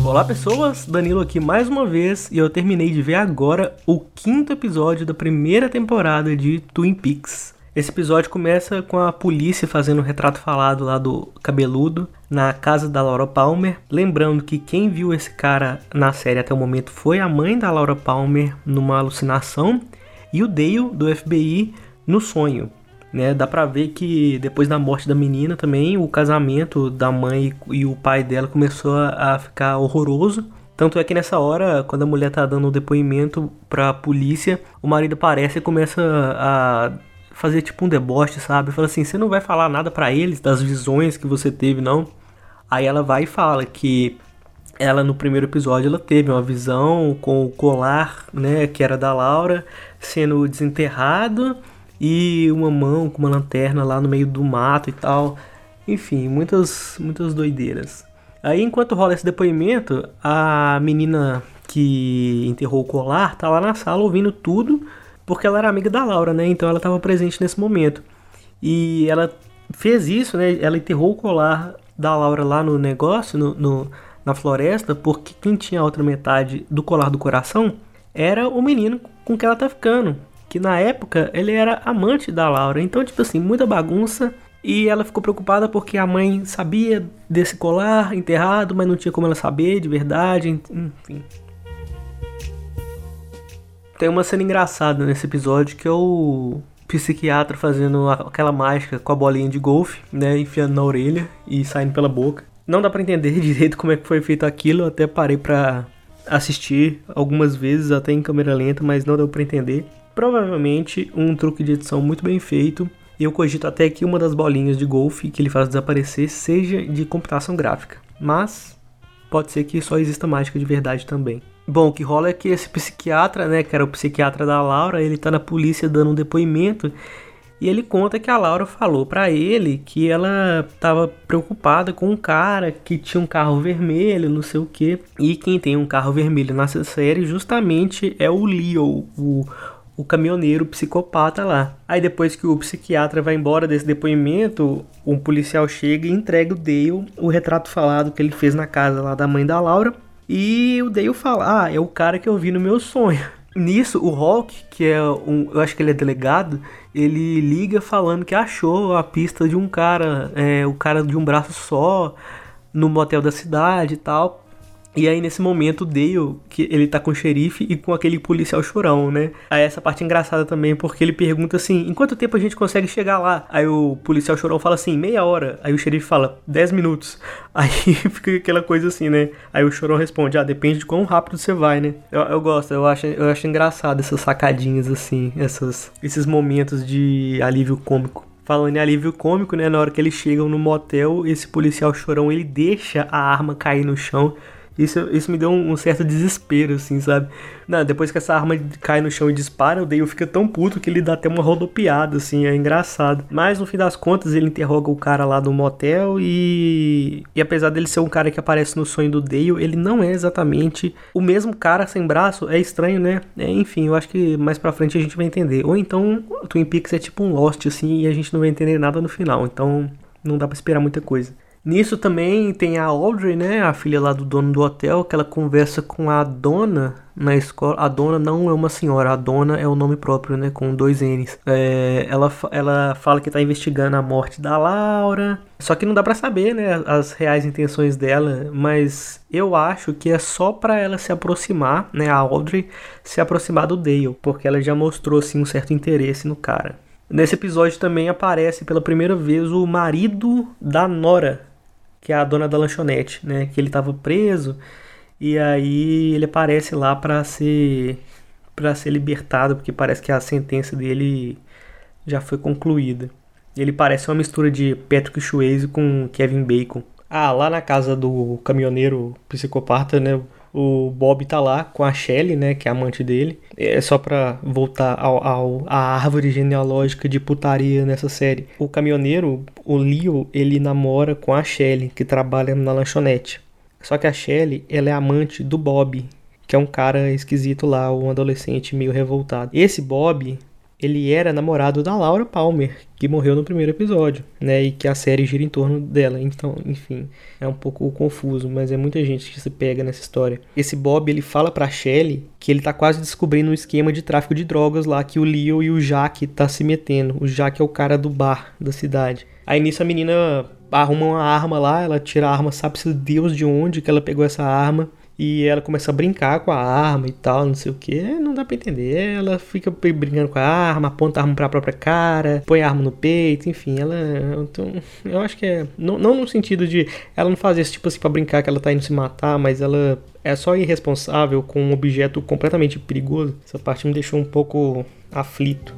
Olá pessoas, Danilo aqui mais uma vez e eu terminei de ver agora o 5º episódio da primeira temporada de Twin Peaks. Esse episódio começa com a polícia fazendo um retrato falado lá do cabeludo na casa da Laura Palmer. Lembrando que quem viu esse cara na série até o momento foi a mãe da Laura Palmer numa alucinação e o Dale do FBI no sonho. Né, dá pra ver que depois da morte da menina também o casamento da mãe e o pai dela começou a ficar horroroso. Tanto é que nessa hora, quando a mulher tá dando o depoimento pra polícia, o marido aparece e começa a fazer tipo um deboche, sabe? Fala assim, você não vai falar nada pra eles das visões que você teve, não? Aí ela vai e fala que ela no primeiro episódio ela teve uma visão com o colar, né, que era da Laura, sendo desenterrado. E uma mão com uma lanterna lá no meio do mato e tal. Enfim, muitas doideiras. Aí enquanto rola esse depoimento, a menina que enterrou o colar tá lá na sala ouvindo tudo, porque ela era amiga da Laura, né? Então ela estava presente nesse momento. E ela fez isso, né? Ela enterrou o colar da Laura lá no negócio, na floresta, porque quem tinha a outra metade do colar do coração era o menino com que ela tá ficando. Que na época ele era amante da Laura. Então, tipo assim, muita bagunça. E ela ficou preocupada porque a mãe sabia desse colar enterrado, mas não tinha como ela saber de verdade. Enfim. Tem uma cena engraçada nesse episódio que é o psiquiatra fazendo aquela mágica com a bolinha de golfe, né? Enfiando na orelha e saindo pela boca. Não dá pra entender direito como é que foi feito aquilo. Eu até parei pra assistir algumas vezes, até em câmera lenta, mas não deu pra entender. Provavelmente um truque de edição muito bem feito. E eu cogito até que uma das bolinhas de golfe que ele faz desaparecer seja de computação gráfica. Mas pode ser que só exista mágica de verdade também. Bom, o que rola é que esse psiquiatra, né, que era o psiquiatra da Laura, ele tá na polícia dando um depoimento. E ele conta que a Laura falou pra ele que ela tava preocupada com um cara que tinha um carro vermelho, não sei o que. E quem tem um carro vermelho nessa série justamente é o Leo, o caminhoneiro psicopata lá. Aí depois que o psiquiatra vai embora desse depoimento, um policial chega e entrega o Dale o retrato falado que ele fez na casa lá da mãe da Laura. E o Dale fala, é o cara que eu vi no meu sonho. Nisso, o Hawk, que é eu acho que ele é delegado, ele liga falando que achou a pista de um cara, o cara de um braço só, no motel da cidade e tal. E aí nesse momento o Dale, que ele tá com o xerife e com aquele policial chorão, né? Aí essa parte é engraçada também, porque ele pergunta assim, em quanto tempo a gente consegue chegar lá? Aí o policial chorão fala assim, meia hora. Aí o xerife fala, 10 minutos. Aí fica aquela coisa assim, né? Aí o chorão responde, depende de quão rápido você vai, né? Eu gosto, eu acho engraçado essas sacadinhas assim, esses momentos de alívio cômico. Falando em alívio cômico, né? Na hora que eles chegam no motel, esse policial chorão, ele deixa a arma cair no chão. Isso me deu um certo desespero, assim, sabe? Não, depois que essa arma cai no chão e dispara, o Dale fica tão puto que ele dá até uma rodopiada, assim, é engraçado. Mas, no fim das contas, ele interroga o cara lá do motel e apesar dele ser um cara que aparece no sonho do Dale, ele não é exatamente o mesmo cara sem braço. É estranho, né? Enfim, eu acho que mais pra frente a gente vai entender. Ou então, o Twin Peaks é tipo um Lost, assim, e a gente não vai entender nada no final. Então, não dá pra esperar muita coisa. Nisso também tem a Audrey, né, a filha lá do dono do hotel, que ela conversa com a dona na escola. A dona não é uma senhora, a dona é o nome próprio, né, com 2 N's. Ela fala que tá investigando a morte da Laura, só que não dá pra saber, né, as reais intenções dela, mas eu acho que é só pra ela se aproximar, né, a Audrey se aproximar do Dale, porque ela já mostrou, assim, um certo interesse no cara. Nesse episódio também aparece pela primeira vez o marido da Nora, que é a dona da lanchonete, né? Que ele tava preso e aí ele aparece lá pra ser libertado, porque parece que a sentença dele já foi concluída. Ele parece uma mistura de Patrick Swayze com Kevin Bacon. Lá na casa do caminhoneiro psicopata, né? O Bob tá lá com a Shelley, né, que é a amante dele. É só pra voltar à árvore genealógica de putaria nessa série. O caminhoneiro, o Leo, ele namora com a Shelley, que trabalha na lanchonete. Só que a Shelley, ela é amante do Bob, que é um cara esquisito lá, um adolescente meio revoltado. Esse Bob, ele era namorado da Laura Palmer, que morreu no primeiro episódio, né? E que a série gira em torno dela. Então, enfim, é um pouco confuso, mas é muita gente que se pega nessa história. Esse Bob, ele fala pra Shelley que ele tá quase descobrindo um esquema de tráfico de drogas lá, que o Leo e o Jack tá se metendo. O Jack é o cara do bar da cidade. Aí nisso a menina arruma uma arma lá, ela tira a arma, sabe-se Deus de onde que ela pegou essa arma. E ela começa a brincar com a arma e tal, não sei o que. Não dá pra entender. Ela fica brincando com a arma, aponta a arma pra própria cara, põe a arma no peito, enfim. Ela... Então, eu acho que é... Não no sentido de... Ela não faz isso tipo assim pra brincar que ela tá indo se matar, mas ela é só irresponsável com um objeto completamente perigoso. Essa parte me deixou um pouco aflito.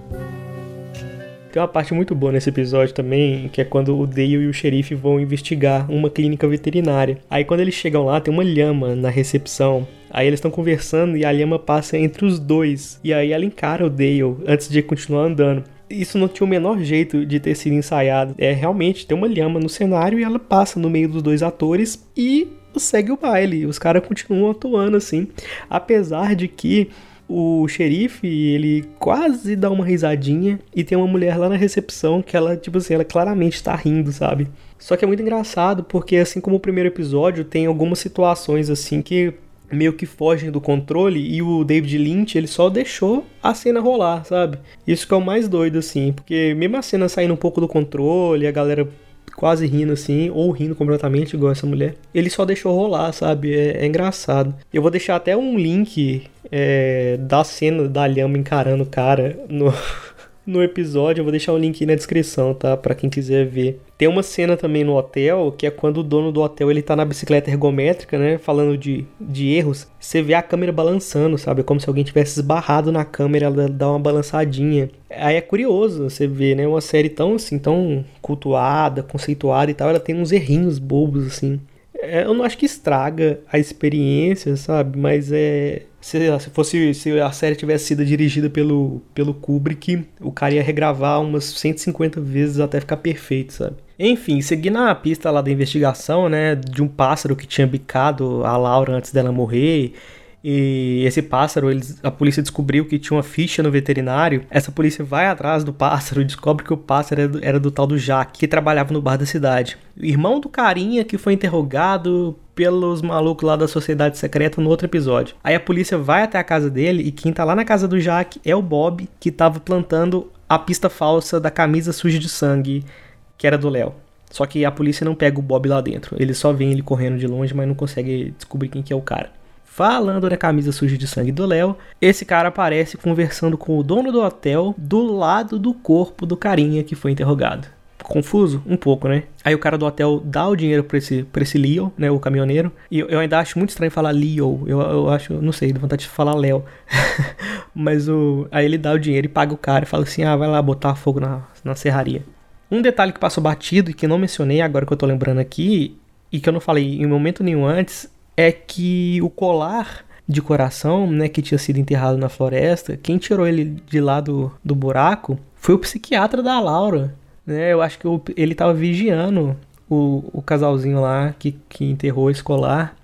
Tem uma parte muito boa nesse episódio também, que é quando o Dale e o xerife vão investigar uma clínica veterinária. Aí quando eles chegam lá, tem uma lhama na recepção. Aí eles estão conversando e a lhama passa entre os dois. E aí ela encara o Dale antes de continuar andando. Isso não tinha o menor jeito de ter sido ensaiado. Realmente, tem uma lhama no cenário e ela passa no meio dos dois atores e segue o baile. Os caras continuam atuando assim. Apesar de que o xerife, ele quase dá uma risadinha e tem uma mulher lá na recepção que ela, tipo assim, ela claramente tá rindo, sabe? Só que é muito engraçado porque, assim como o primeiro episódio, tem algumas situações, assim, que meio que fogem do controle e o David Lynch, ele só deixou a cena rolar, sabe? Isso que é o mais doido, assim, porque mesmo a cena saindo um pouco do controle, a galera quase rindo assim, ou rindo completamente, igual essa mulher, ele só deixou rolar, sabe? É engraçado. Eu vou deixar até um link da cena da lhama encarando o cara no episódio. Eu vou deixar o link aí na descrição, tá? Pra quem quiser ver. Tem uma cena também no hotel, que é quando o dono do hotel, ele tá na bicicleta ergométrica, né? Falando de erros. Você vê a câmera balançando, sabe? Como se alguém tivesse esbarrado na câmera, ela dá uma balançadinha. Aí é curioso você ver, né? Uma série tão, assim, tão cultuada, conceituada e tal, ela tem uns errinhos bobos, assim. Eu não acho que estraga a experiência, sabe? Mas se a série tivesse sido dirigida pelo Kubrick, o cara ia regravar umas 150 vezes até ficar perfeito, sabe? Enfim, seguindo a pista lá da investigação, né? De um pássaro que tinha bicado a Laura antes dela morrer. E esse pássaro, a polícia descobriu que tinha uma ficha no veterinário. Essa polícia vai atrás do pássaro e descobre que o pássaro era do tal do Jack, que trabalhava no bar da cidade. O irmão do carinha que foi interrogado pelos malucos lá da sociedade secreta no outro episódio. Aí a polícia vai até a casa dele e quem tá lá na casa do Jack é o Bob, que tava plantando a pista falsa da camisa suja de sangue, que era do Léo. Só que a polícia não pega o Bob lá dentro. Eles só veem ele correndo de longe, mas não consegue descobrir quem que é o cara. Falando da camisa suja de sangue do Léo, esse cara aparece conversando com o dono do hotel do lado do corpo do carinha que foi interrogado. Confuso? Um pouco, né? Aí o cara do hotel dá o dinheiro pra esse Leo, né, o caminhoneiro. E eu ainda acho muito estranho falar Leo. Eu acho, não sei, dá vontade de falar Léo. Mas aí ele dá o dinheiro e paga o cara e fala assim, vai lá botar fogo na serraria. Um detalhe que passou batido e que não mencionei agora que eu tô lembrando aqui, e que eu não falei em momento nenhum antes, é que o colar de coração, né, que tinha sido enterrado na floresta, quem tirou ele de lá do buraco foi o psiquiatra da Laura, né? Eu acho que ele tava vigiando o casalzinho lá que enterrou esse colar,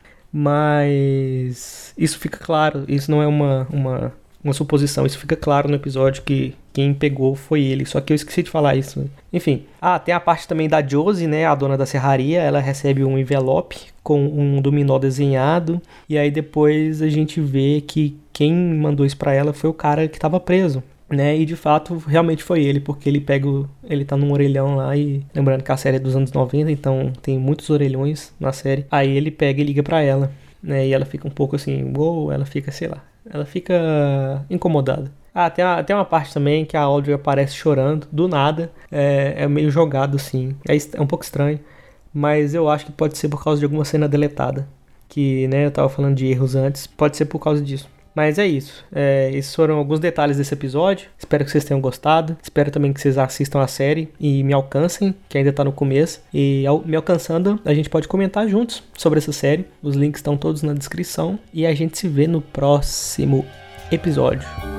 mas isso fica claro, isso não é uma suposição, isso fica claro no episódio que quem pegou foi ele, só que eu esqueci de falar isso. Enfim, tem a parte também da Josie, né, a dona da serraria, ela recebe um envelope com um dominó desenhado, e aí depois a gente vê que quem mandou isso pra ela foi o cara que tava preso, né, e de fato realmente foi ele, porque ele tá num orelhão lá, e lembrando que a série é dos anos 90, então tem muitos orelhões na série, aí ele pega e liga pra ela, né, e ela fica um pouco assim, ela fica, sei lá, ela fica incomodada. Tem uma parte também que a Audrey aparece chorando, do nada. É meio jogado, assim. É um pouco estranho. Mas eu acho que pode ser por causa de alguma cena deletada. Que, né, eu tava falando de erros antes. Pode ser por causa disso. Mas é isso. Esses foram alguns detalhes desse episódio. Espero que vocês tenham gostado. Espero também que vocês assistam a série e me alcancem, que ainda tá no começo. E me alcançando, a gente pode comentar juntos sobre essa série. Os links estão todos na descrição. E a gente se vê no próximo episódio.